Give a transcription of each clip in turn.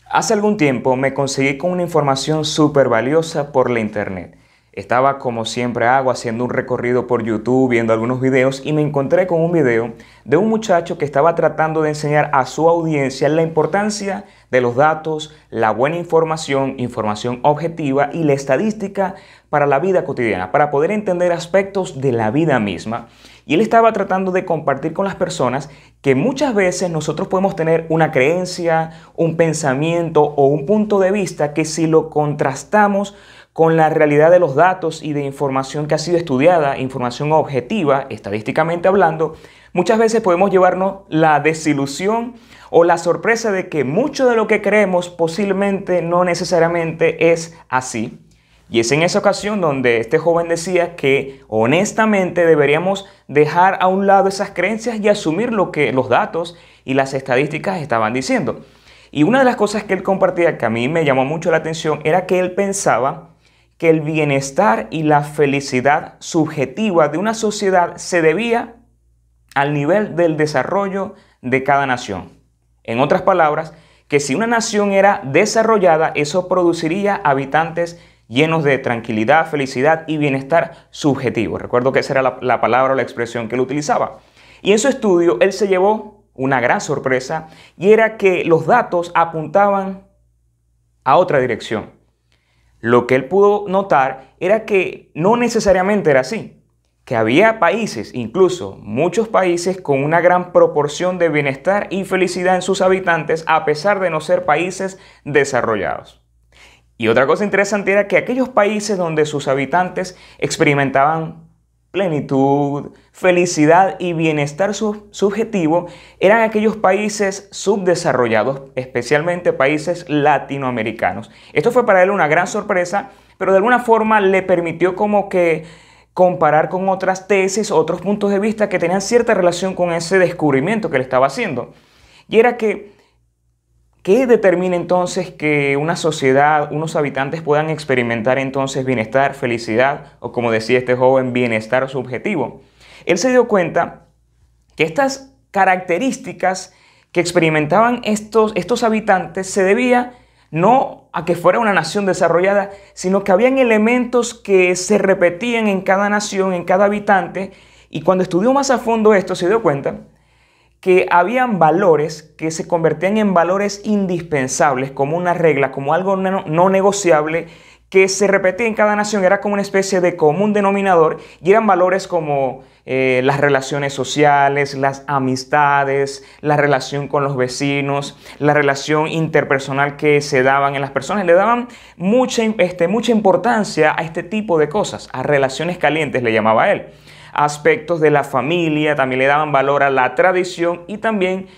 Hace algún tiempo me conseguí con una información súper valiosa por la internet. Estaba como siempre hago haciendo un recorrido por YouTube, viendo algunos videos y me encontré con un video de un muchacho que estaba tratando de enseñar a su audiencia la importancia de los datos, la buena información, información objetiva y la estadística para la vida cotidiana, para poder entender aspectos de la vida misma. Y él estaba tratando de compartir con las personas que muchas veces nosotros podemos tener una creencia, un pensamiento o un punto de vista que si lo contrastamos con la realidad de los datos y de información que ha sido estudiada, información objetiva, estadísticamente hablando, muchas veces podemos llevarnos la desilusión o la sorpresa de que mucho de lo que creemos posiblemente no necesariamente es así. Y es en esa ocasión donde este joven decía que honestamente deberíamos dejar a un lado esas creencias y asumir lo que los datos y las estadísticas estaban diciendo. Y una de las cosas que él compartía que a mí me llamó mucho la atención era que él pensaba que el bienestar y la felicidad subjetiva de una sociedad se debía al nivel del desarrollo de cada nación. En otras palabras, que si una nación era desarrollada, eso produciría habitantes llenos de tranquilidad, felicidad y bienestar subjetivo. Recuerdo que esa era la palabra o la expresión que él utilizaba. Y en su estudio él se llevó una gran sorpresa y era que los datos apuntaban a otra dirección. Lo que él pudo notar era que no necesariamente era así, que había países, incluso muchos países, con una gran proporción de bienestar y felicidad en sus habitantes a pesar de no ser países desarrollados. Y otra cosa interesante era que aquellos países donde sus habitantes experimentaban plenitud, felicidad y bienestar subjetivo eran aquellos países subdesarrollados, especialmente países latinoamericanos. Esto fue para él una gran sorpresa, pero de alguna forma le permitió como que comparar con otras tesis, otros puntos de vista que tenían cierta relación con ese descubrimiento que le estaba haciendo. Y era que ¿qué determina entonces que una sociedad, unos habitantes puedan experimentar entonces bienestar, felicidad o, como decía este joven, bienestar subjetivo? Él se dio cuenta que estas características que experimentaban estos habitantes se debía no a que fuera una nación desarrollada, sino que habían elementos que se repetían en cada nación, en cada habitante, y cuando estudió más a fondo esto se dio cuenta que habían valores que se convertían en valores indispensables, como una regla, como algo no negociable, que se repetía en cada nación, era como una especie de común denominador, y eran valores como las relaciones sociales, las amistades, la relación con los vecinos, la relación interpersonal que se daban en las personas. Le daban mucha importancia a este tipo de cosas, a relaciones calientes le llamaba él. Aspectos de la familia, también le daban valor a la tradición y también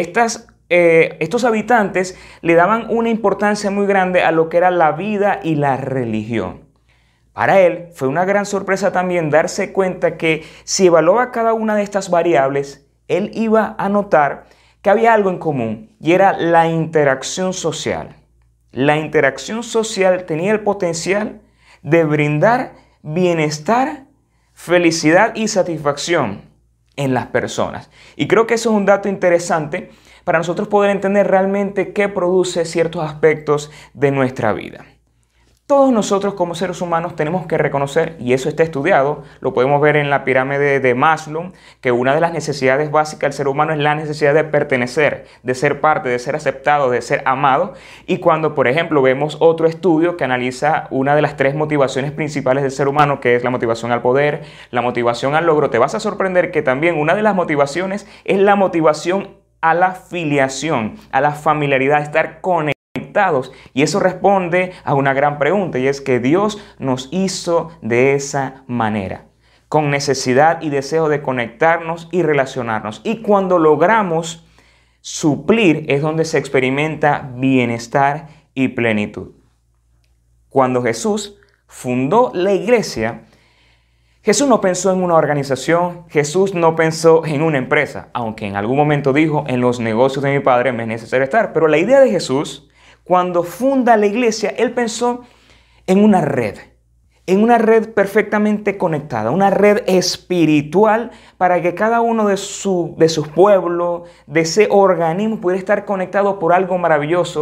estos habitantes le daban una importancia muy grande a lo que era la vida y la religión. Para él fue una gran sorpresa también darse cuenta que si evaluaba cada una de estas variables, él iba a notar que había algo en común y era la interacción social. La interacción social tenía el potencial de brindar bienestar, felicidad y satisfacción en las personas. Y creo que eso es un dato interesante para nosotros poder entender realmente qué produce ciertos aspectos de nuestra vida. Todos nosotros como seres humanos tenemos que reconocer, y eso está estudiado, lo podemos ver en la pirámide de Maslow, que una de las necesidades básicas del ser humano es la necesidad de pertenecer, de ser parte, de ser aceptado, de ser amado. Y cuando, por ejemplo, vemos otro estudio que analiza una de las tres motivaciones principales del ser humano, que es la motivación al poder, la motivación al logro, te vas a sorprender que también una de las motivaciones es la motivación a la filiación, a la familiaridad, estar conectados. Y eso responde a una gran pregunta, y es que Dios nos hizo de esa manera, con necesidad y deseo de conectarnos y relacionarnos. Y cuando logramos suplir es donde se experimenta bienestar y plenitud. Cuando Jesús fundó la iglesia, Jesús no pensó en una organización, Jesús no pensó en una empresa, aunque en algún momento dijo, en los negocios de mi Padre me es necesario estar. Pero la idea de Jesús, cuando funda la iglesia, él pensó en una red perfectamente conectada, una red espiritual para que cada uno de sus pueblos, de ese organismo, pudiera estar conectado por algo maravilloso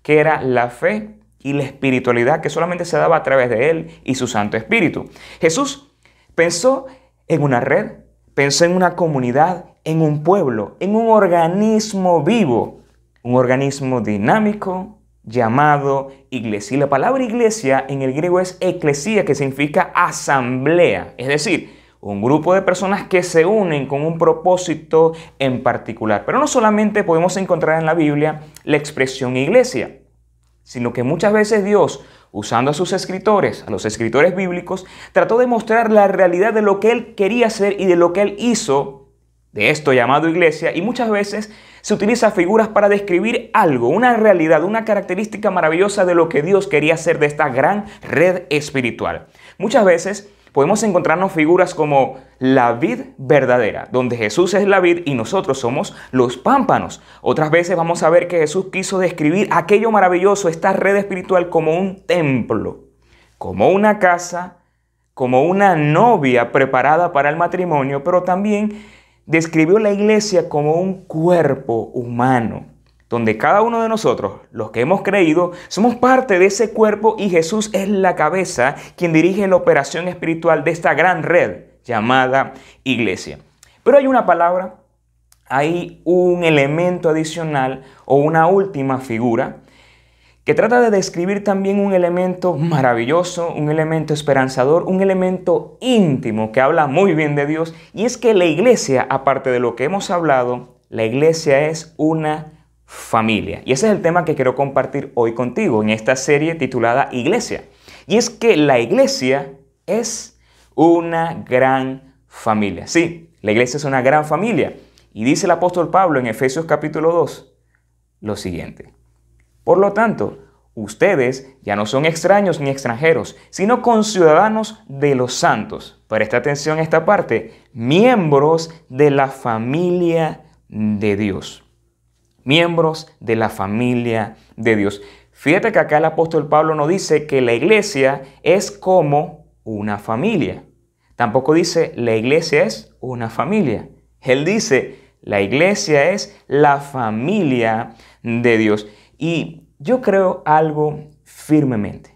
que era la fe y la espiritualidad que solamente se daba a través de Él y su Santo Espíritu. Jesús pensó en una red, pensó en una comunidad, en un pueblo, en un organismo vivo, un organismo dinámico llamado iglesia. Y la palabra iglesia en el griego es eclesía, que significa asamblea, es decir, un grupo de personas que se unen con un propósito en particular. Pero no solamente podemos encontrar en la Biblia la expresión iglesia, sino que muchas veces Dios, usando a sus escritores, a los escritores bíblicos, trató de mostrar la realidad de lo que Él quería hacer y de lo que Él hizo de esto llamado iglesia, y muchas veces se utiliza figuras para describir algo, una realidad, una característica maravillosa de lo que Dios quería hacer de esta gran red espiritual. Muchas veces podemos encontrarnos figuras como la vid verdadera, donde Jesús es la vid y nosotros somos los pámpanos. Otras veces vamos a ver que Jesús quiso describir aquello maravilloso, esta red espiritual, como un templo, como una casa, como una novia preparada para el matrimonio, pero también describió la iglesia como un cuerpo humano, donde cada uno de nosotros, los que hemos creído, somos parte de ese cuerpo y Jesús es la cabeza quien dirige la operación espiritual de esta gran red llamada iglesia. Pero hay una palabra, hay un elemento adicional o una última figura que trata de describir también un elemento maravilloso, un elemento esperanzador, un elemento íntimo que habla muy bien de Dios, y es que la iglesia, aparte de lo que hemos hablado, la iglesia es una familia. Y ese es el tema que quiero compartir hoy contigo en esta serie titulada Iglesia. Y es que la iglesia es una gran familia. Sí, la iglesia es una gran familia. Y dice el apóstol Pablo en Efesios capítulo 2 lo siguiente: por lo tanto, ustedes ya no son extraños ni extranjeros, sino conciudadanos de los santos. Presta atención a esta parte: miembros de la familia de Dios. Miembros de la familia de Dios. Fíjate que acá el apóstol Pablo no dice que la iglesia es como una familia. Tampoco dice la iglesia es una familia. Él dice la iglesia es la familia de Dios. Y yo creo algo firmemente.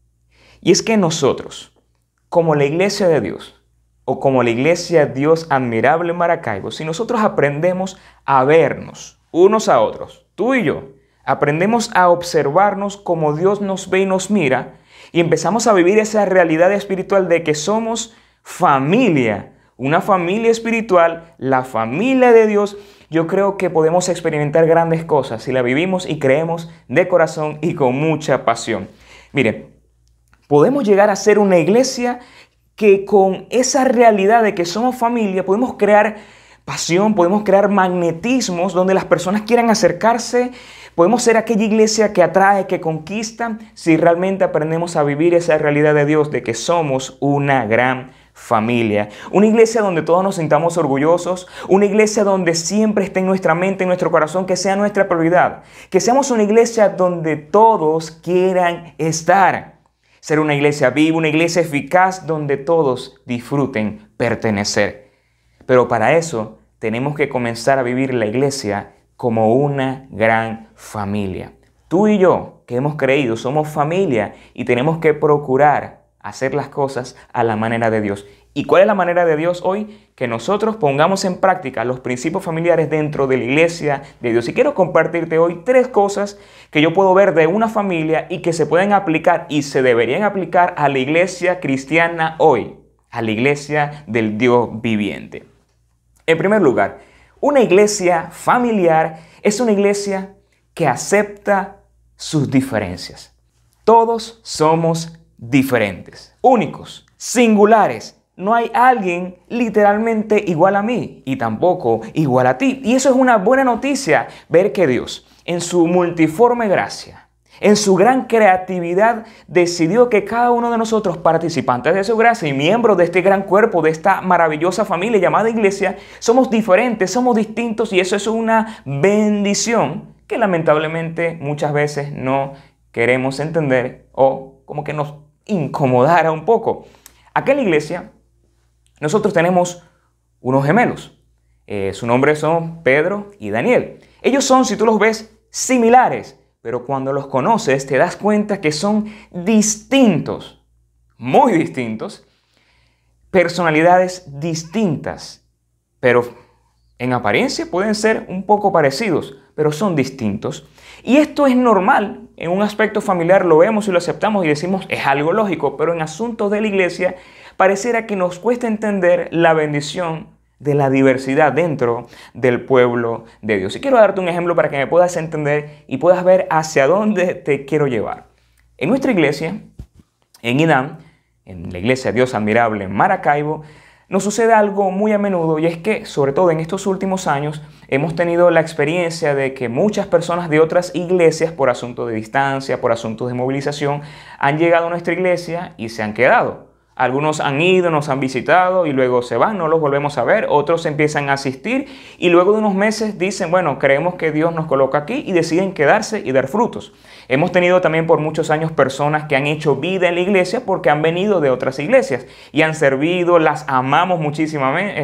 Y es que nosotros, como la iglesia de Dios, o como la iglesia Dios Admirable en Maracaibo, si nosotros aprendemos a vernos unos a otros, tú y yo, aprendemos a observarnos como Dios nos ve y nos mira, y empezamos a vivir esa realidad espiritual de que somos familia, una familia espiritual, la familia de Dios, yo creo que podemos experimentar grandes cosas si la vivimos y creemos de corazón y con mucha pasión. Miren, podemos llegar a ser una iglesia que con esa realidad de que somos familia podemos crear pasión, podemos crear magnetismos donde las personas quieran acercarse. Podemos ser aquella iglesia que atrae, que conquista, si realmente aprendemos a vivir esa realidad de Dios, de que somos una gran familia. Una iglesia donde todos nos sintamos orgullosos, una iglesia donde siempre esté en nuestra mente, en nuestro corazón, que sea nuestra prioridad. Que seamos una iglesia donde todos quieran estar. Ser una iglesia viva, una iglesia eficaz, donde todos disfruten pertenecer. Pero para eso tenemos que comenzar a vivir la iglesia como una gran familia. Tú y yo, que hemos creído, somos familia y tenemos que procurar hacer las cosas a la manera de Dios. ¿Y cuál es la manera de Dios hoy? Que nosotros pongamos en práctica los principios familiares dentro de la iglesia de Dios. Y quiero compartirte hoy 3 cosas que yo puedo ver de una familia y que se pueden aplicar y se deberían aplicar a la iglesia cristiana hoy, a la iglesia del Dios viviente. En primer lugar, una iglesia familiar es una iglesia que acepta sus diferencias. Todos somos diferentes, únicos, singulares. No hay alguien literalmente igual a mí y tampoco igual a ti. Y eso es una buena noticia, ver que Dios, en su multiforme gracia, en su gran creatividad, decidió que cada uno de nosotros, participantes de su gracia y miembros de este gran cuerpo, de esta maravillosa familia llamada iglesia, somos diferentes, somos distintos, y eso es una bendición que lamentablemente muchas veces no queremos entender, o como que nos incomodara un poco. Acá en la iglesia nosotros tenemos unos gemelos. Su nombre son Pedro y Daniel. Ellos son, si tú los ves, similares, pero cuando los conoces te das cuenta que son distintos, muy distintos, personalidades distintas, pero en apariencia pueden ser un poco parecidos, pero son distintos. Y esto es normal. En un aspecto familiar lo vemos y lo aceptamos y decimos es algo lógico, pero en asuntos de la iglesia pareciera que nos cuesta entender la bendición de la diversidad dentro del pueblo de Dios. Y quiero darte un ejemplo para que me puedas entender y puedas ver hacia dónde te quiero llevar. En nuestra iglesia, en IDAM, en la iglesia Dios Admirable en Maracaibo, nos sucede algo muy a menudo y es que, sobre todo en estos últimos años, hemos tenido la experiencia de que muchas personas de otras iglesias, por asuntos de distancia, por asuntos de movilización, han llegado a nuestra iglesia y se han quedado. Algunos han ido, nos han visitado y luego se van, no los volvemos a ver. Otros empiezan a asistir y luego de unos meses dicen, bueno, creemos que Dios nos coloca aquí y deciden quedarse y dar frutos. Hemos tenido también por muchos años personas que han hecho vida en la iglesia porque han venido de otras iglesias y han servido, las amamos muchísimo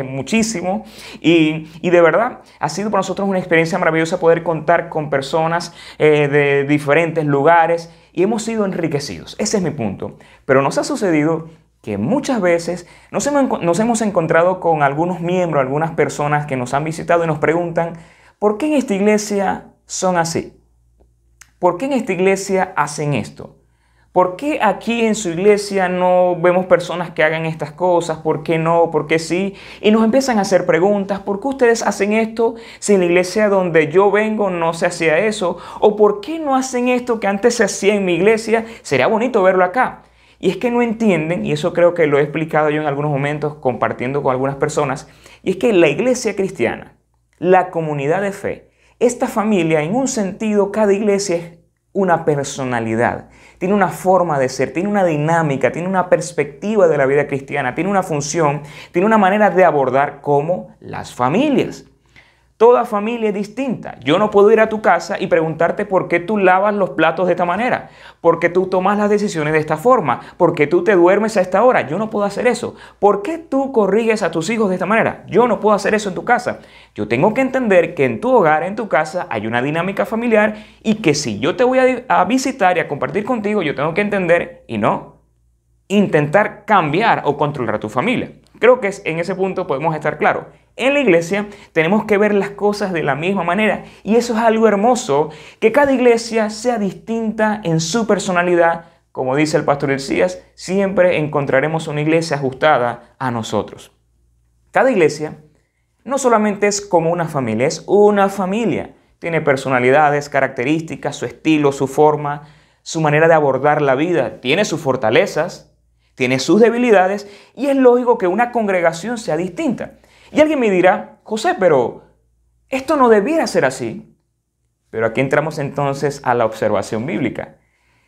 y de verdad ha sido para nosotros una experiencia maravillosa poder contar con personas de diferentes lugares y hemos sido enriquecidos. Ese es mi punto. Pero nos ha sucedido que muchas veces nos hemos encontrado con algunos miembros, algunas personas que nos han visitado y nos preguntan ¿por qué en esta iglesia son así? ¿Por qué en esta iglesia hacen esto? ¿Por qué aquí en su iglesia no vemos personas que hagan estas cosas? ¿Por qué no? ¿Por qué sí? Y nos empiezan a hacer preguntas. ¿Por qué ustedes hacen esto si en la iglesia donde yo vengo no se hacía eso? ¿O por qué no hacen esto que antes se hacía en mi iglesia? Sería bonito verlo acá. Y es que no entienden, y eso creo que lo he explicado yo en algunos momentos compartiendo con algunas personas, y es que la iglesia cristiana, la comunidad de fe, esta familia, en un sentido, cada iglesia es una personalidad, tiene una forma de ser, tiene una dinámica, tiene una perspectiva de la vida cristiana, tiene una función, tiene una manera de abordar como las familias. Toda familia es distinta. Yo no puedo ir a tu casa y preguntarte por qué tú lavas los platos de esta manera, por qué tú tomas las decisiones de esta forma, por qué tú te duermes a esta hora. Yo no puedo hacer eso. ¿Por qué tú corriges a tus hijos de esta manera? Yo no puedo hacer eso en tu casa. Yo tengo que entender que en tu hogar, en tu casa, hay una dinámica familiar y que si yo te voy a visitar y a compartir contigo, yo tengo que entender y no intentar cambiar o controlar a tu familia. Creo que en ese punto podemos estar claros. En la iglesia tenemos que ver las cosas de la misma manera y eso es algo hermoso, que cada iglesia sea distinta en su personalidad. Como dice el pastor Elías, siempre encontraremos una iglesia ajustada a nosotros. Cada iglesia no solamente es como una familia, es una familia. Tiene personalidades, características, su estilo, su forma, su manera de abordar la vida. Tiene sus fortalezas, tiene sus debilidades y es lógico que una congregación sea distinta. Y alguien me dirá, José, pero esto no debiera ser así. Pero aquí entramos entonces a la observación bíblica.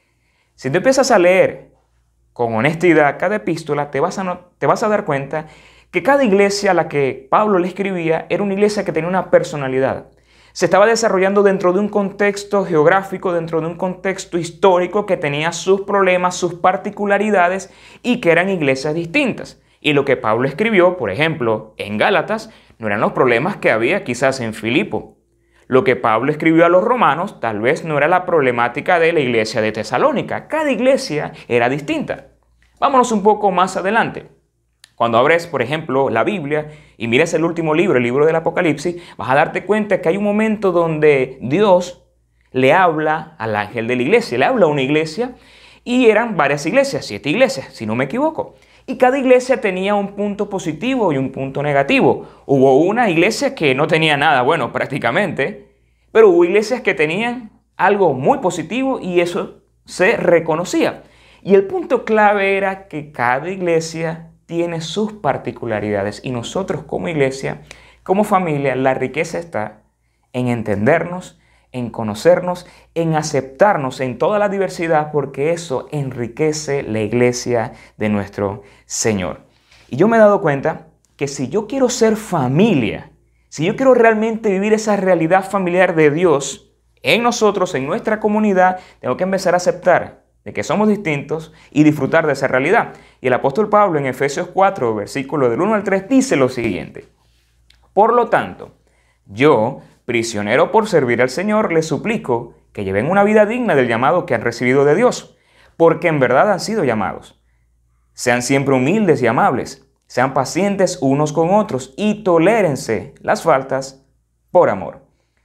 Si tú empiezas a leer con honestidad cada epístola, te vas a dar cuenta que cada iglesia a la que Pablo le escribía era una iglesia que tenía una personalidad. Se estaba desarrollando dentro de un contexto geográfico, dentro de un contexto histórico que tenía sus problemas, sus particularidades y que eran iglesias distintas. Y lo que Pablo escribió, por ejemplo, en Gálatas, no eran los problemas que había quizás en Filipo. Lo que Pablo escribió a los romanos tal vez no era la problemática de la iglesia de Tesalónica. Cada iglesia era distinta. Vámonos un poco más adelante. Cuando abres, por ejemplo, la Biblia y miras el último libro, el libro del Apocalipsis, vas a darte cuenta que hay un momento donde Dios le habla al ángel de la iglesia, le habla a una iglesia y eran varias iglesias, 7 iglesias, si no me equivoco. Y cada iglesia tenía un punto positivo y un punto negativo. Hubo una iglesia que no tenía nada bueno prácticamente, pero hubo iglesias que tenían algo muy positivo y eso se reconocía. Y el punto clave era que cada iglesia tiene sus particularidades y nosotros como iglesia, como familia, la riqueza está en entendernos, en conocernos, en aceptarnos en toda la diversidad, porque eso enriquece la iglesia de nuestro Señor. Y yo me he dado cuenta que si yo quiero ser familia, si yo quiero realmente vivir esa realidad familiar de Dios en nosotros, en nuestra comunidad, tengo que empezar a aceptar de que somos distintos y disfrutar de esa realidad. Y el apóstol Pablo en Efesios 4, versículo del 1 al 3, dice lo siguiente: por lo tanto, yo, prisionero por servir al Señor, les suplico que lleven una vida digna del llamado que han recibido de Dios, porque en verdad han sido llamados. Sean siempre humildes y amables, sean pacientes unos con otros y tolérense las faltas por amor.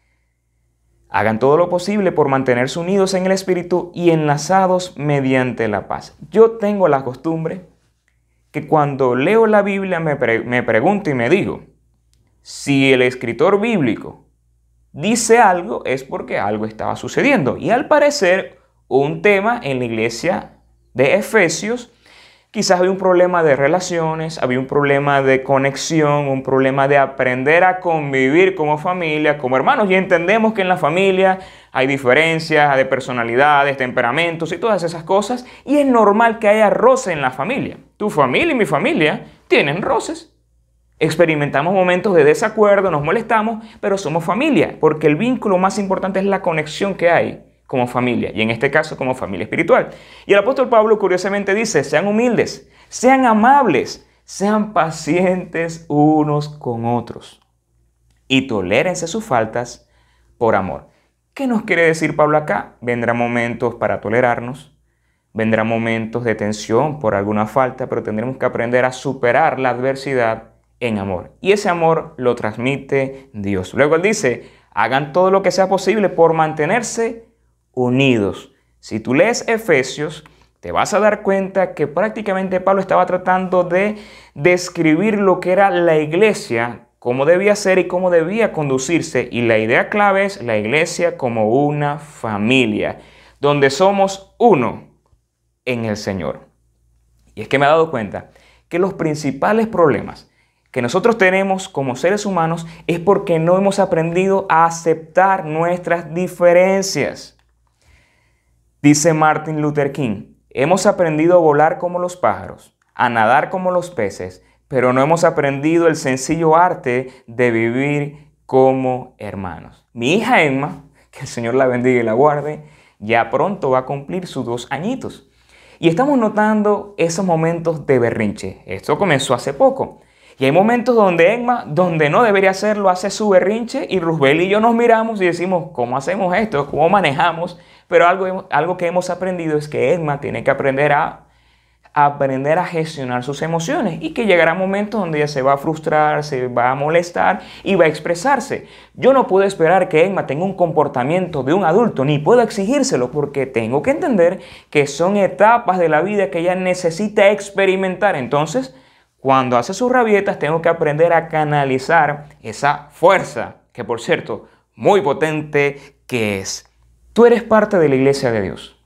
Hagan todo lo posible por mantenerse unidos en el Espíritu y enlazados mediante la paz. Yo tengo la costumbre que cuando leo la Biblia me pregunto y me digo, si el escritor bíblico dice algo es porque algo estaba sucediendo. Y al parecer, un tema en la iglesia de Efesios, quizás había un problema de relaciones, había un problema de conexión, un problema de aprender a convivir como familia, como hermanos. Y entendemos que en la familia hay diferencias de personalidades, temperamentos y todas esas cosas. Y es normal que haya roce en la familia. Tu familia y mi familia tienen roces. Experimentamos momentos de desacuerdo, nos molestamos, pero somos familia, porque el vínculo más importante es la conexión que hay como familia, y en este caso como familia espiritual. Y el apóstol Pablo curiosamente dice, sean humildes, sean amables, sean pacientes unos con otros y tolérense sus faltas por amor. ¿Qué nos quiere decir Pablo acá? Vendrán momentos para tolerarnos, vendrán momentos de tensión por alguna falta, pero tendremos que aprender a superar la adversidad en amor. Y ese amor lo transmite Dios. Luego él dice, hagan todo lo que sea posible por mantenerse unidos. Si tú lees Efesios, te vas a dar cuenta que prácticamente Pablo estaba tratando de describir lo que era la iglesia, cómo debía ser y cómo debía conducirse. Y la idea clave es la iglesia como una familia, donde somos uno en el Señor. Y es que me he dado cuenta que los principales problemas que nosotros tenemos como seres humanos es porque no hemos aprendido a aceptar nuestras diferencias. Dice Martin Luther King, hemos aprendido a volar como los pájaros, a nadar como los peces, pero no hemos aprendido el sencillo arte de vivir como hermanos. Mi hija Emma, que el Señor la bendiga y la guarde, ya pronto va a cumplir sus 2 añitos. Y estamos notando esos momentos de berrinche. Esto comenzó hace poco. Y hay momentos donde Emma, donde no debería hacerlo, hace su berrinche y Ruzbel y yo nos miramos y decimos, ¿cómo hacemos esto? ¿Cómo manejamos? Pero algo que hemos aprendido es que Emma tiene que aprender a gestionar sus emociones y que llegará momentos donde ella se va a frustrar, se va a molestar y va a expresarse. Yo no puedo esperar que Emma tenga un comportamiento de un adulto, ni puedo exigírselo porque tengo que entender que son etapas de la vida que ella necesita experimentar. Entonces, cuando hace sus rabietas, tengo que aprender a canalizar esa fuerza, que por cierto, muy potente que es. Tú eres parte de la iglesia de Dios.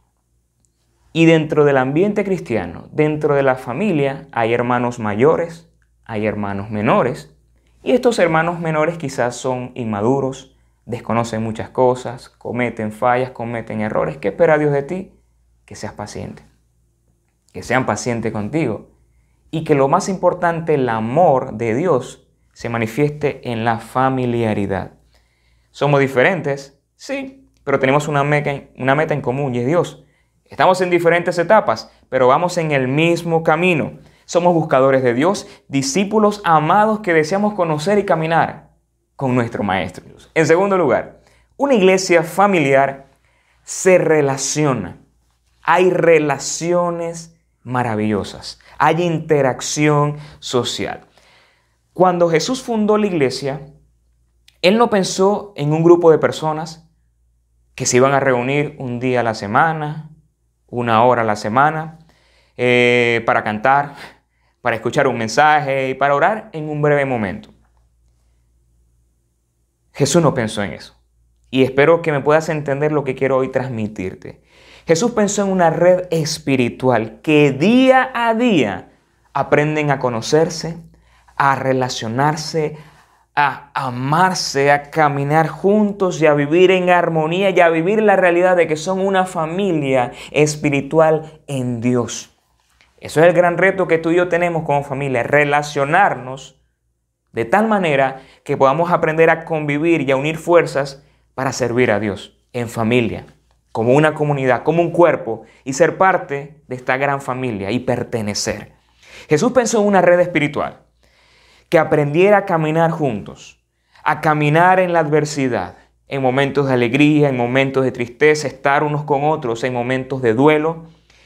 Y dentro del ambiente cristiano, dentro de la familia, hay hermanos mayores, hay hermanos menores. Y estos hermanos menores quizás son inmaduros, desconocen muchas cosas, cometen fallas, cometen errores. ¿Qué espera Dios de ti? Que seas paciente. Que sean pacientes contigo. Y que lo más importante, el amor de Dios, se manifieste en la familiaridad. Somos diferentes, sí, pero tenemos una meta en común y es Dios. Estamos en diferentes etapas, pero vamos en el mismo camino. Somos buscadores de Dios, discípulos amados que deseamos conocer y caminar con nuestro Maestro. En segundo lugar, una iglesia familiar se relaciona. Hay relaciones maravillosas. Hay interacción social. Cuando Jesús fundó la iglesia, Él no pensó en un grupo de personas que se iban a reunir un día a la semana, 1 hora a la semana, para cantar, para escuchar un mensaje y para orar en un breve momento. Jesús no pensó en eso. Y espero que me puedas entender lo que quiero hoy transmitirte. Jesús pensó en una red espiritual que día a día aprenden a conocerse, a relacionarse, a amarse, a caminar juntos y a vivir en armonía y a vivir la realidad de que son una familia espiritual en Dios. Eso es el gran reto que tú y yo tenemos como familia, relacionarnos de tal manera que podamos aprender a convivir y a unir fuerzas para servir a Dios en familia, como una comunidad, como un cuerpo y ser parte de esta gran familia y pertenecer. Jesús pensó en una red espiritual que aprendiera a caminar juntos, a caminar en la adversidad en momentos de alegría, en momentos de tristeza, estar unos con otros, en momentos de duelo,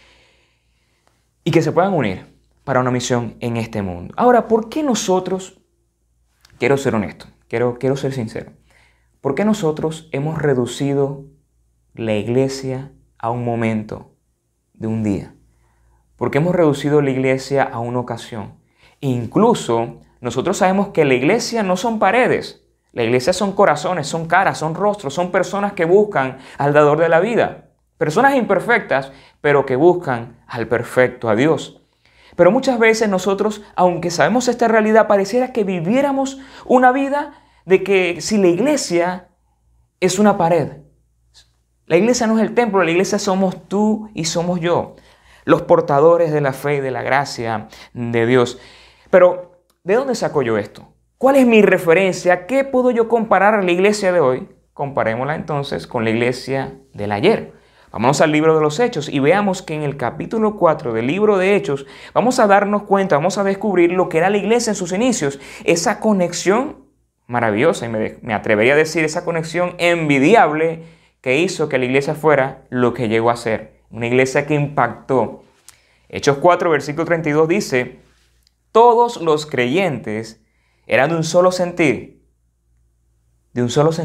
y que se puedan unir para una misión en este mundo. Ahora, ¿por qué nosotros, quiero ser honesto, quiero ser sincero, ¿por qué nosotros hemos reducido la iglesia a un momento de un día? ¿Por qué hemos reducido la iglesia a una ocasión? Incluso nosotros sabemos que la iglesia no son paredes. La iglesia son corazones, son caras, son rostros, son personas que buscan al dador de la vida. Personas imperfectas, pero que buscan al perfecto, a Dios. Pero muchas veces nosotros, aunque sabemos esta realidad, pareciera que viviéramos una vida de que si la iglesia es una pared. La iglesia no es el templo, la iglesia somos tú y somos yo, los portadores de la fe y de la gracia de Dios. Pero, ¿de dónde saco yo esto? ¿Cuál es mi referencia? ¿Qué puedo yo comparar a la iglesia de hoy? Comparémosla entonces con la iglesia del ayer. Vámonos al libro de los Hechos y veamos que en el capítulo 4 del libro de Hechos vamos a darnos cuenta, vamos a descubrir lo que era la iglesia en sus inicios. Esa conexión maravillosa, y me atrevería a decir esa conexión envidiable que hizo que la iglesia fuera lo que llegó a ser. Una iglesia que impactó. Hechos 4, versículo 32 dice: todos los creyentes eran de un solo sentir y un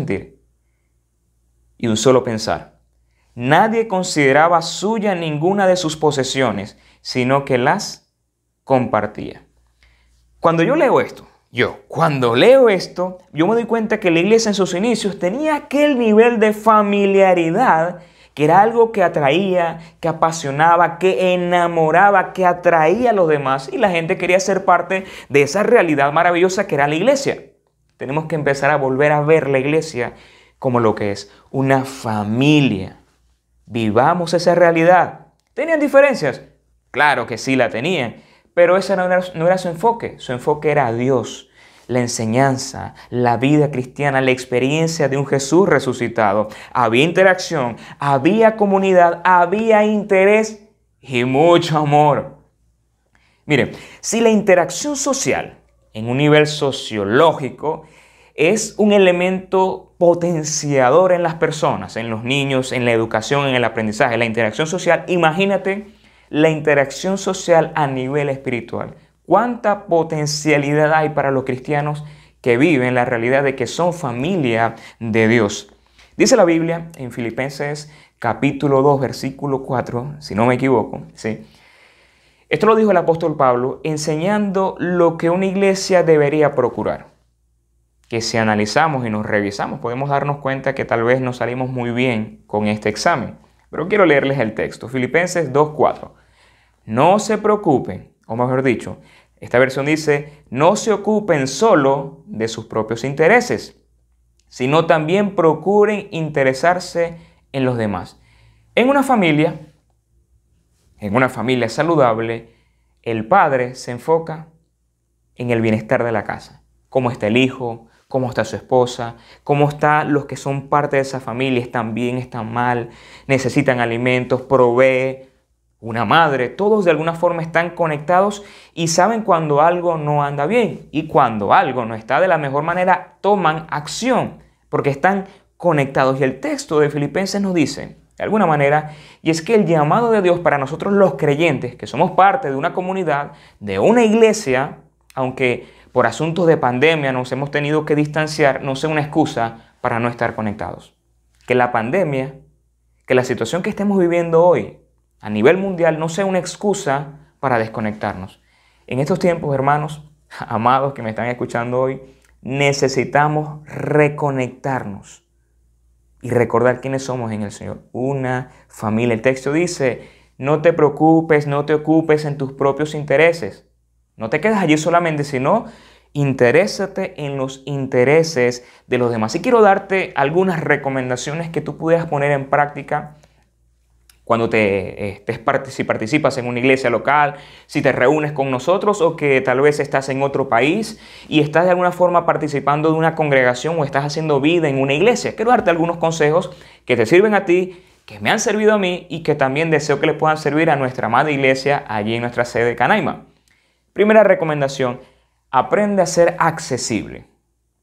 solo pensar. Nadie consideraba suya ninguna de sus posesiones, sino que las compartía. Cuando leo esto, yo me doy cuenta que la iglesia en sus inicios tenía aquel nivel de familiaridad que era algo que atraía, que apasionaba, que enamoraba, que atraía a los demás, y la gente quería ser parte de esa realidad maravillosa que era la iglesia. Tenemos que empezar a volver a ver la iglesia como lo que es, una familia. Vivamos esa realidad. ¿Tenían diferencias? Claro que sí la tenían, pero ese no era su enfoque era Dios. La enseñanza, la vida cristiana, la experiencia de un Jesús resucitado. Había interacción, había comunidad, había interés y mucho amor. Mire, si la interacción social en un nivel sociológico es un elemento potenciador en las personas, en los niños, en la educación, en el aprendizaje, la interacción social, imagínate la interacción social a nivel espiritual. ¿Cuánta potencialidad hay para los cristianos que viven la realidad de que son familia de Dios? Dice la Biblia en Filipenses capítulo 2, versículo 4, si no me equivoco, ¿sí? Esto lo dijo el apóstol Pablo enseñando lo que una iglesia debería procurar. Que si analizamos y nos revisamos podemos darnos cuenta que tal vez no salimos muy bien con este examen. Pero quiero leerles el texto. Filipenses 2:4. No se preocupen, o mejor dicho, esta versión dice, no se ocupen solo de sus propios intereses, sino también procuren interesarse en los demás. En una familia saludable, el padre se enfoca en el bienestar de la casa. Cómo está el hijo, cómo está su esposa, cómo están los que son parte de esa familia, están bien, están mal, necesitan alimentos, provee. Una madre, todos de alguna forma están conectados y saben cuando algo no anda bien, y cuando algo no está de la mejor manera toman acción porque están conectados. Y el texto de Filipenses nos dice de alguna manera, y es que el llamado de Dios para nosotros los creyentes, que somos parte de una comunidad, de una iglesia, aunque por asuntos de pandemia nos hemos tenido que distanciar, no sea una excusa para no estar conectados. Que la pandemia, que la situación que estemos viviendo hoy a nivel mundial no sea una excusa para desconectarnos. En estos tiempos, hermanos, amados que me están escuchando hoy, necesitamos reconectarnos y recordar quiénes somos en el Señor. Una familia. El texto dice, no te preocupes, no te ocupes en tus propios intereses. No te quedes allí solamente, sino interésate en los intereses de los demás. Y quiero darte algunas recomendaciones que tú puedas poner en práctica cuando si participas en una iglesia local, si te reúnes con nosotros o que tal vez estás en otro país y estás de alguna forma participando de una congregación o estás haciendo vida en una iglesia. Quiero darte algunos consejos que te sirven a ti, que me han servido a mí y que también deseo que les puedan servir a nuestra amada iglesia allí en nuestra sede de Canaima. Primera recomendación, aprende a ser accesible.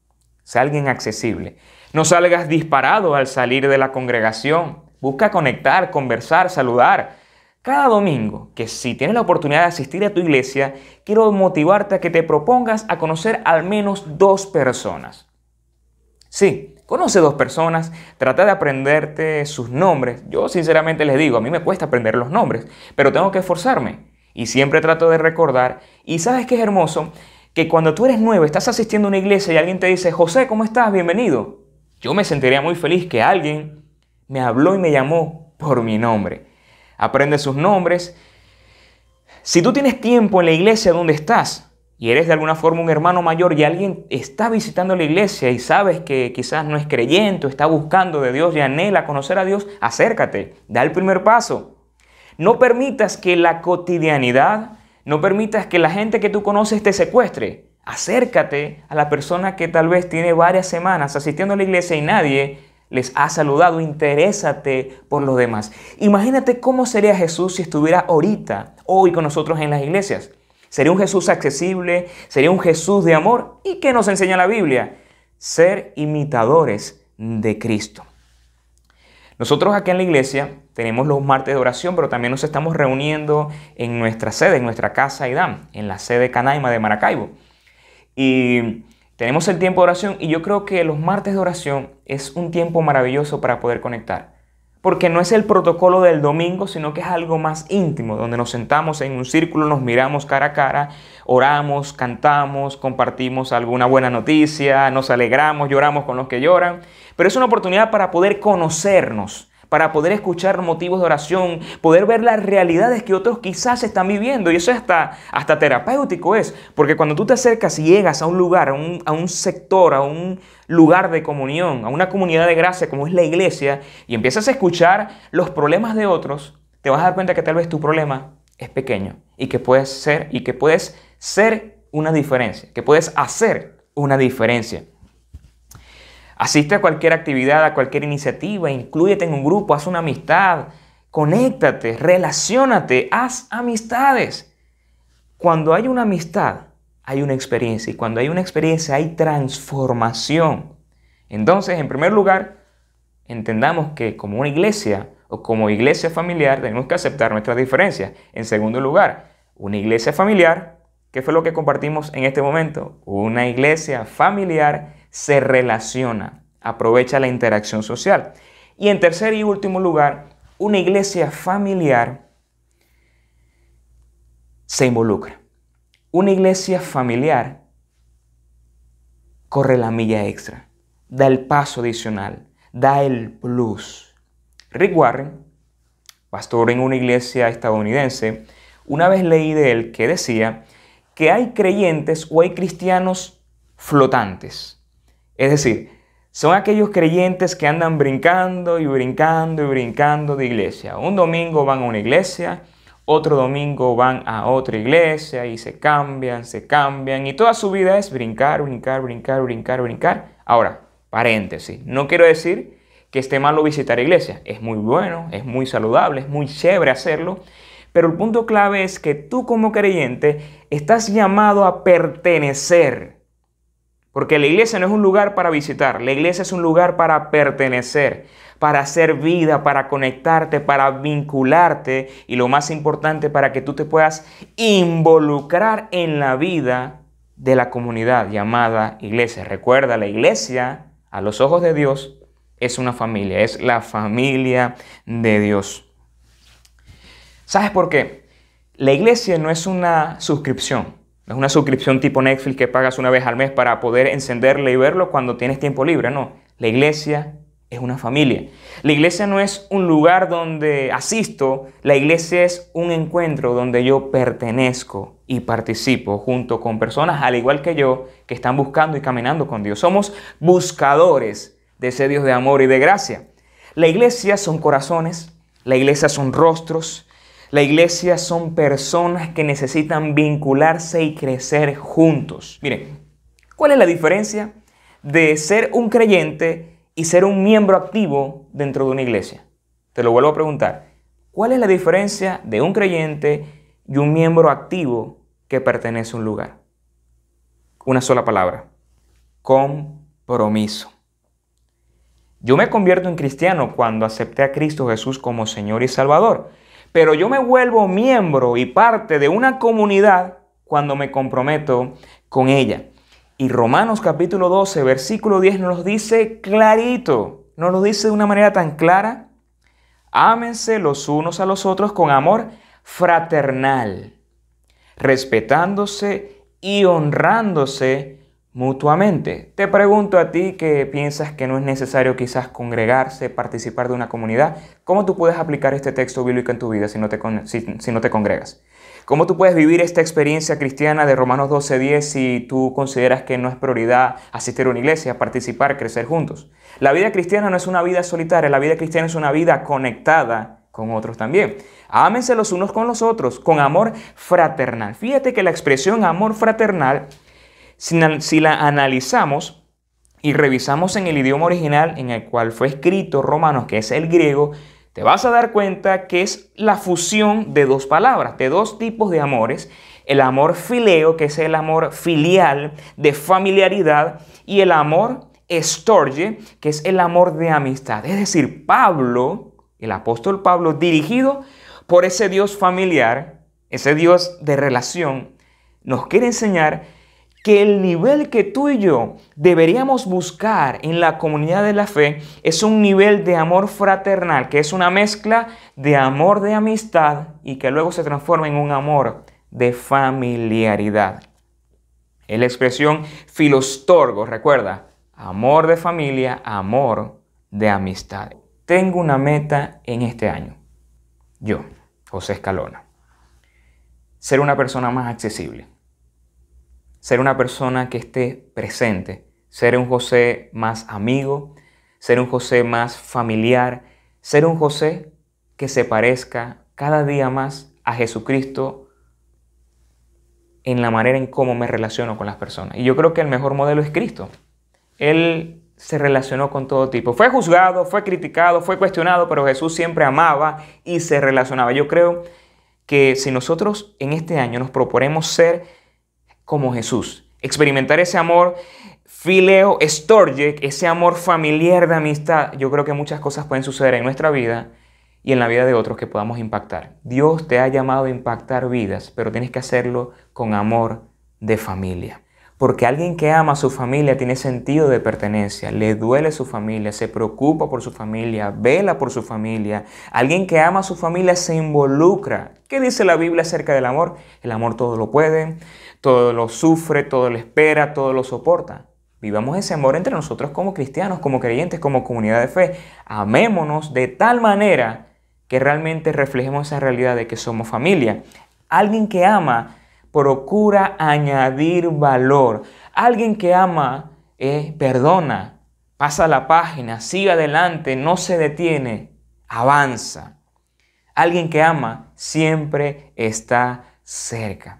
Sé alguien accesible. No salgas disparado al salir de la congregación. Busca conectar, conversar, saludar. Cada domingo, que si tienes la oportunidad de asistir a tu iglesia, quiero motivarte a que te propongas a conocer al menos 2 personas. Sí, conoce 2 personas, trata de aprenderte sus nombres. Yo sinceramente les digo, a mí me cuesta aprender los nombres, pero tengo que esforzarme. Y siempre trato de recordar. Y ¿sabes qué es hermoso? Que cuando tú eres nuevo, estás asistiendo a una iglesia y alguien te dice, José, ¿cómo estás? Bienvenido. Yo me sentiría muy feliz que alguien me habló y me llamó por mi nombre. Aprende sus nombres. Si tú tienes tiempo en la iglesia donde estás y eres de alguna forma un hermano mayor y alguien está visitando la iglesia y sabes que quizás no es creyente o está buscando de Dios y anhela conocer a Dios, acércate, da el primer paso. No permitas que la cotidianidad, no permitas que la gente que tú conoces te secuestre. Acércate a la persona que tal vez tiene varias semanas asistiendo a la iglesia y nadie les ha saludado. Interésate por los demás. Imagínate cómo sería Jesús si estuviera ahorita, hoy con nosotros en las iglesias. Sería un Jesús accesible, sería un Jesús de amor. ¿Y qué nos enseña la Biblia? Ser imitadores de Cristo. Nosotros aquí en la iglesia tenemos los martes de oración, pero también nos estamos reuniendo en nuestra sede, en nuestra casa IDAM, en la sede Canaima de Maracaibo. Y tenemos el tiempo de oración y yo creo que los martes de oración es un tiempo maravilloso para poder conectar. Porque no es el protocolo del domingo, sino que es algo más íntimo, donde nos sentamos en un círculo, nos miramos cara a cara, oramos, cantamos, compartimos alguna buena noticia, nos alegramos, lloramos con los que lloran. Pero es una oportunidad para poder conocernos, para poder escuchar motivos de oración, poder ver las realidades que otros quizás están viviendo. Y eso hasta terapéutico es, porque cuando tú te acercas y llegas a un lugar, a un sector, a un lugar de comunión, a una comunidad de gracia como es la iglesia, y empiezas a escuchar los problemas de otros, te vas a dar cuenta que tal vez tu problema es pequeño y que puedes ser una diferencia, que puedes hacer una diferencia. Asiste a cualquier actividad, a cualquier iniciativa, inclúyete en un grupo, haz una amistad, conéctate, relaciónate, haz amistades. Cuando hay una amistad, hay una experiencia y cuando hay una experiencia hay transformación. Entonces, en primer lugar, entendamos que como una iglesia o como iglesia familiar tenemos que aceptar nuestras diferencias. En segundo lugar, una iglesia familiar, ¿qué fue lo que compartimos en este momento? Una iglesia familiar se relaciona, aprovecha la interacción social. Y en tercer y último lugar, una iglesia familiar se involucra. Una iglesia familiar corre la milla extra, da el paso adicional, da el plus. Rick Warren, pastor en una iglesia estadounidense, una vez leí de él que decía que hay creyentes o hay cristianos flotantes. Es decir, son aquellos creyentes que andan brincando y brincando y brincando de iglesia. Un domingo van a una iglesia, otro domingo van a otra iglesia y se cambian y toda su vida es brincar, brincar, brincar, brincar, brincar. Ahora, paréntesis, no quiero decir que esté malo visitar iglesia. Es muy bueno, es muy saludable, es muy chévere hacerlo. Pero el punto clave es que tú como creyente estás llamado a pertenecer. Porque la iglesia no es un lugar para visitar, la iglesia es un lugar para pertenecer, para hacer vida, para conectarte, para vincularte y lo más importante, para que tú te puedas involucrar en la vida de la comunidad llamada iglesia. Recuerda, la iglesia, a los ojos de Dios, es una familia, es la familia de Dios. ¿Sabes por qué? La iglesia no es una suscripción. No es una suscripción tipo Netflix que pagas una vez al mes para poder encenderla y verlo cuando tienes tiempo libre. No, la iglesia es una familia. La iglesia no es un lugar donde asisto. La iglesia es un encuentro donde yo pertenezco y participo junto con personas al igual que yo que están buscando y caminando con Dios. Somos buscadores de ese Dios de amor y de gracia. La iglesia son corazones, la iglesia son rostros. La iglesia son personas que necesitan vincularse y crecer juntos. Miren, ¿cuál es la diferencia de ser un creyente y ser un miembro activo dentro de una iglesia? Te lo vuelvo a preguntar. ¿Cuál es la diferencia de un creyente y un miembro activo que pertenece a un lugar? Una sola palabra. Compromiso. compromiso. Yo me convierto en cristiano cuando acepté a Cristo Jesús como Señor y Salvador, pero yo me vuelvo miembro y parte de una comunidad cuando me comprometo con ella. Y Romanos capítulo 12, versículo 10 nos lo dice clarito, nos lo dice de una manera tan clara. Ámense los unos a los otros con amor fraternal, respetándose y honrándose mutuamente. Te pregunto a ti que piensas que no es necesario quizás congregarse, participar de una comunidad, ¿cómo tú puedes aplicar este texto bíblico en tu vida si no te congregas? ¿Cómo tú puedes vivir esta experiencia cristiana de Romanos 12:10 si tú consideras que no es prioridad asistir a una iglesia, participar, crecer juntos? La vida cristiana no es una vida solitaria, la vida cristiana es una vida conectada con otros también. Ámense los unos con los otros, con amor fraternal. Fíjate que la expresión amor fraternal, si la analizamos y revisamos en el idioma original en el cual fue escrito Romanos, que es el griego, te vas a dar cuenta que es la fusión de dos palabras, de dos tipos de amores. El amor fileo, que es el amor filial, de familiaridad, y el amor storge, que es el amor de amistad. Es decir, Pablo, el apóstol Pablo, dirigido por ese Dios familiar, ese Dios de relación, nos quiere enseñar que el nivel que tú y yo deberíamos buscar en la comunidad de la fe es un nivel de amor fraternal, que es una mezcla de amor de amistad y que luego se transforma en un amor de familiaridad. Es la expresión filostorgo, recuerda, amor de familia, amor de amistad. Tengo una meta en este año. Yo, José Escalona, ser una persona más accesible. Ser una persona que esté presente, ser un José más amigo, ser un José más familiar, ser un José que se parezca cada día más a Jesucristo en la manera en cómo me relaciono con las personas. Y yo creo que el mejor modelo es Cristo. Él se relacionó con todo tipo. Fue juzgado, fue criticado, fue cuestionado, pero Jesús siempre amaba y se relacionaba. Yo creo que si nosotros en este año nos proponemos ser como Jesús, experimentar ese amor fileo storge, ese amor familiar de amistad, yo creo que muchas cosas pueden suceder en nuestra vida y en la vida de otros que podamos impactar. Dios te ha llamado a impactar vidas, pero tienes que hacerlo con amor de familia. Porque alguien que ama a su familia tiene sentido de pertenencia, le duele su familia, se preocupa por su familia, vela por su familia. Alguien que ama a su familia se involucra. ¿Qué dice la Biblia acerca del amor? El amor todo lo puede, todo lo sufre, todo lo espera, todo lo soporta. Vivamos ese amor entre nosotros como cristianos, como creyentes, como comunidad de fe. Amémonos de tal manera que realmente reflejemos esa realidad de que somos familia. Alguien que ama procura añadir valor. Alguien que ama perdona, pasa la página, sigue adelante, no se detiene, avanza. Alguien que ama siempre está cerca.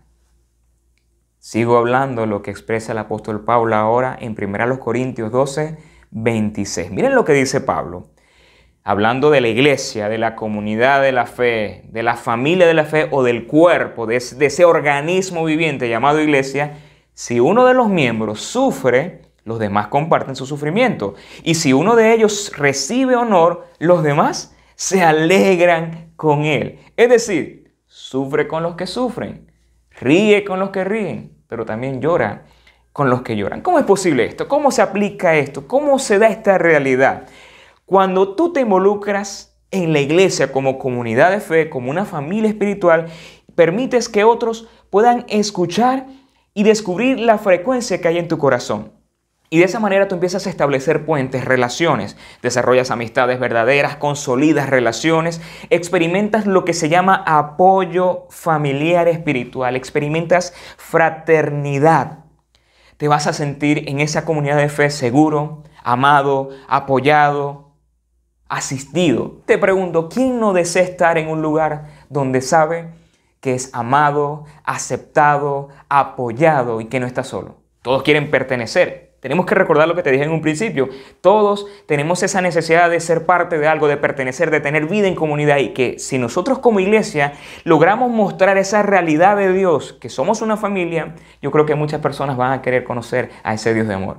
Sigo hablando lo que expresa el apóstol Pablo ahora en 1 Corintios 12, 26. Miren lo que dice Pablo. Hablando de la iglesia, de la comunidad de la fe, de la familia de la fe o del cuerpo, de ese organismo viviente llamado iglesia, si uno de los miembros sufre, los demás comparten su sufrimiento. Y si uno de ellos recibe honor, los demás se alegran con él. Es decir, sufre con los que sufren, ríe con los que ríen, pero también llora con los que lloran. ¿Cómo es posible esto? ¿Cómo se aplica esto? ¿Cómo se da esta realidad? Cuando tú te involucras en la iglesia como comunidad de fe, como una familia espiritual, permites que otros puedan escuchar y descubrir la frecuencia que hay en tu corazón. Y de esa manera tú empiezas a establecer puentes, relaciones, desarrollas amistades verdaderas, consolidas relaciones, experimentas lo que se llama apoyo familiar espiritual, experimentas fraternidad. Te vas a sentir en esa comunidad de fe seguro, amado, apoyado, asistido. Te pregunto, ¿quién no desea estar en un lugar donde sabe que es amado, aceptado, apoyado y que no está solo? Todos quieren pertenecer. Tenemos que recordar lo que te dije en un principio. Todos tenemos esa necesidad de ser parte de algo, de pertenecer, de tener vida en comunidad, y que si nosotros como iglesia logramos mostrar esa realidad de Dios, que somos una familia, yo creo que muchas personas van a querer conocer a ese Dios de amor.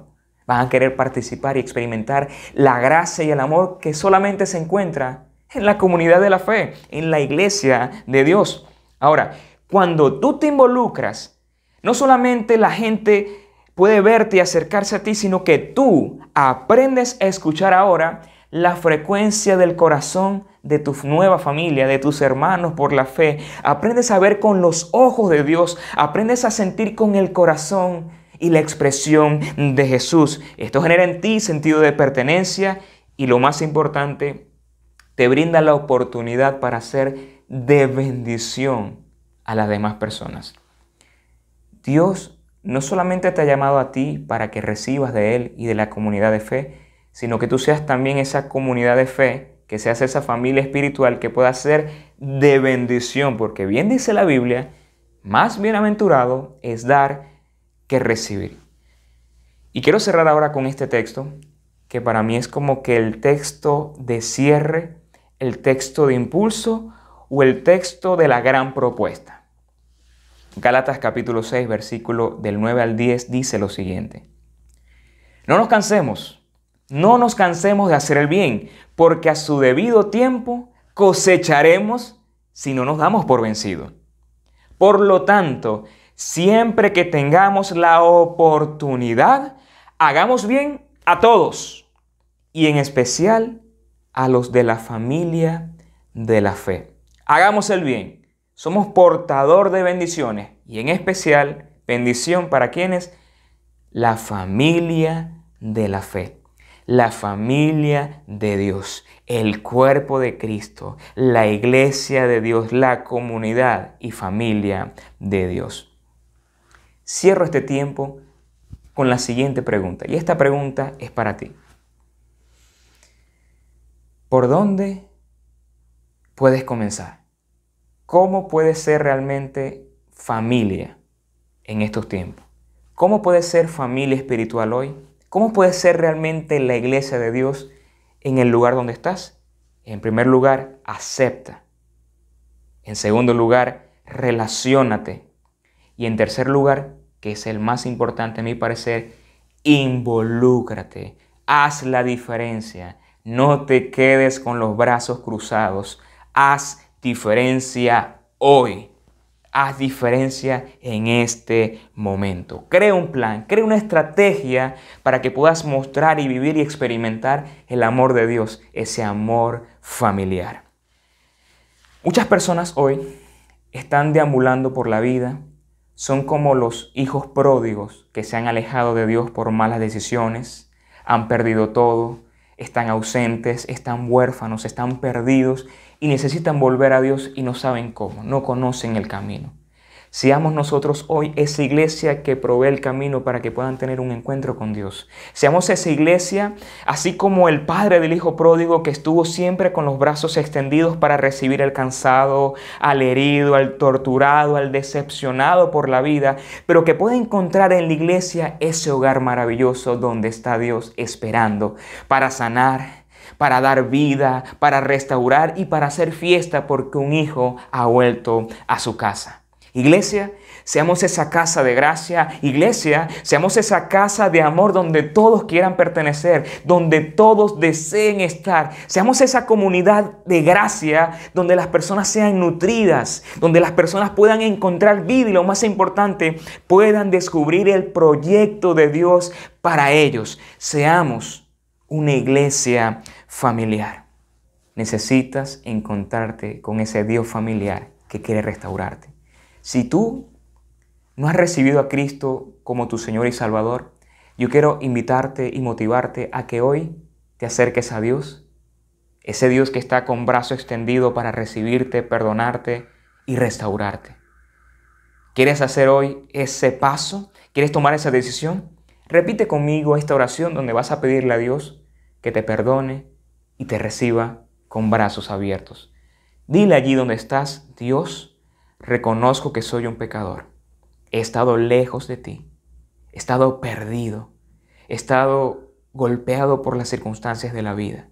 Van a querer participar y experimentar la gracia y el amor que solamente se encuentra en la comunidad de la fe, en la iglesia de Dios. Ahora, cuando tú te involucras, no solamente la gente puede verte y acercarse a ti, sino que tú aprendes a escuchar ahora la frecuencia del corazón de tu nueva familia, de tus hermanos por la fe. Aprendes a ver con los ojos de Dios, aprendes a sentir con el corazón y la expresión de Jesús. Esto genera en ti sentido de pertenencia y, lo más importante, te brinda la oportunidad para ser de bendición a las demás personas. Dios no solamente te ha llamado a ti para que recibas de Él y de la comunidad de fe, sino que tú seas también esa comunidad de fe, que seas esa familia espiritual que pueda ser de bendición, porque bien dice la Biblia, más bienaventurado es dar que recibir. Y quiero cerrar ahora con este texto, que para mí es como que el texto de cierre, el texto de impulso o el texto de la gran propuesta. Gálatas capítulo 6, versículo del 9 al 10 dice lo siguiente: no nos cansemos de hacer el bien, porque a su debido tiempo cosecharemos si no nos damos por vencidos. Por lo tanto, siempre que tengamos la oportunidad, hagamos bien a todos, y en especial a los de la familia de la fe. Hagamos el bien. Somos portador de bendiciones, y en especial bendición para quienes, la familia de la fe, la familia de Dios, el cuerpo de Cristo, la iglesia de Dios, la comunidad y familia de Dios. Cierro este tiempo con la siguiente pregunta, y esta pregunta es para ti. ¿Por dónde puedes comenzar? ¿Cómo puedes ser realmente familia en estos tiempos? ¿Cómo puedes ser familia espiritual hoy? ¿Cómo puedes ser realmente la iglesia de Dios en el lugar donde estás? En primer lugar, acepta. En segundo lugar, relaciónate. Y en tercer lugar, que es el más importante a mi parecer, involúcrate. Haz la diferencia. No te quedes con los brazos cruzados. Haz diferencia hoy. Haz diferencia en este momento. Crea un plan, crea una estrategia para que puedas mostrar y vivir y experimentar el amor de Dios, ese amor familiar. Muchas personas hoy están deambulando por la vida, son como los hijos pródigos que se han alejado de Dios por malas decisiones, han perdido todo, están ausentes, están huérfanos, están perdidos y necesitan volver a Dios y no saben cómo, no conocen el camino. Seamos nosotros hoy esa iglesia que provee el camino para que puedan tener un encuentro con Dios. Seamos esa iglesia, así como el padre del hijo pródigo que estuvo siempre con los brazos extendidos para recibir al cansado, al herido, al torturado, al decepcionado por la vida, pero que puede encontrar en la iglesia ese hogar maravilloso donde está Dios esperando para sanar, para dar vida, para restaurar y para hacer fiesta porque un hijo ha vuelto a su casa. Iglesia, seamos esa casa de gracia. Iglesia, seamos esa casa de amor donde todos quieran pertenecer, donde todos deseen estar. Seamos esa comunidad de gracia donde las personas sean nutridas, donde las personas puedan encontrar vida y, lo más importante, puedan descubrir el proyecto de Dios para ellos. Seamos una iglesia familiar. Necesitas encontrarte con ese Dios familiar que quiere restaurarte. Si tú no has recibido a Cristo como tu Señor y Salvador, yo quiero invitarte y motivarte a que hoy te acerques a Dios, ese Dios que está con brazo extendido para recibirte, perdonarte y restaurarte. ¿Quieres hacer hoy ese paso? ¿Quieres tomar esa decisión? Repite conmigo esta oración donde vas a pedirle a Dios que te perdone y te reciba con brazos abiertos. Dile allí donde estás: Dios, reconozco que soy un pecador. He estado lejos de ti. He estado perdido. He estado golpeado por las circunstancias de la vida.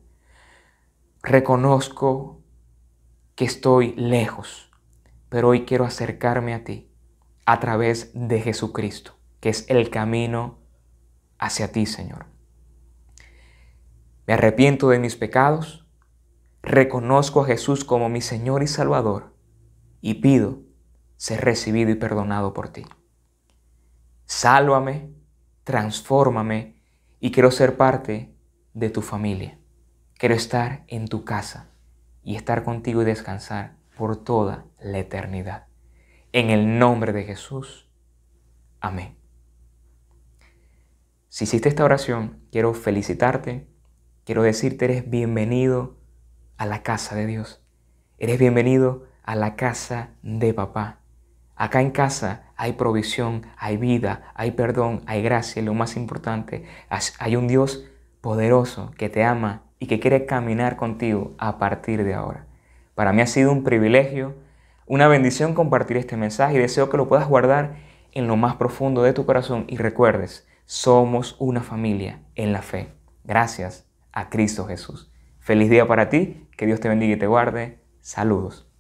Reconozco que estoy lejos, pero hoy quiero acercarme a ti a través de Jesucristo, que es el camino hacia ti, Señor. Me arrepiento de mis pecados, reconozco a Jesús como mi Señor y Salvador y pido ser recibido y perdonado por ti. Sálvame, transfórmame y quiero ser parte de tu familia. Quiero estar en tu casa y estar contigo y descansar por toda la eternidad. En el nombre de Jesús. Amén. Si hiciste esta oración, quiero felicitarte. Quiero decirte, eres bienvenido a la casa de Dios. Eres bienvenido a la casa de papá. Acá en casa hay provisión, hay vida, hay perdón, hay gracia y lo más importante, hay un Dios poderoso que te ama y que quiere caminar contigo a partir de ahora. Para mí ha sido un privilegio, una bendición compartir este mensaje y deseo que lo puedas guardar en lo más profundo de tu corazón y recuerdes, somos una familia en la fe. Gracias a Cristo Jesús. Feliz día para ti, que Dios te bendiga y te guarde. Saludos.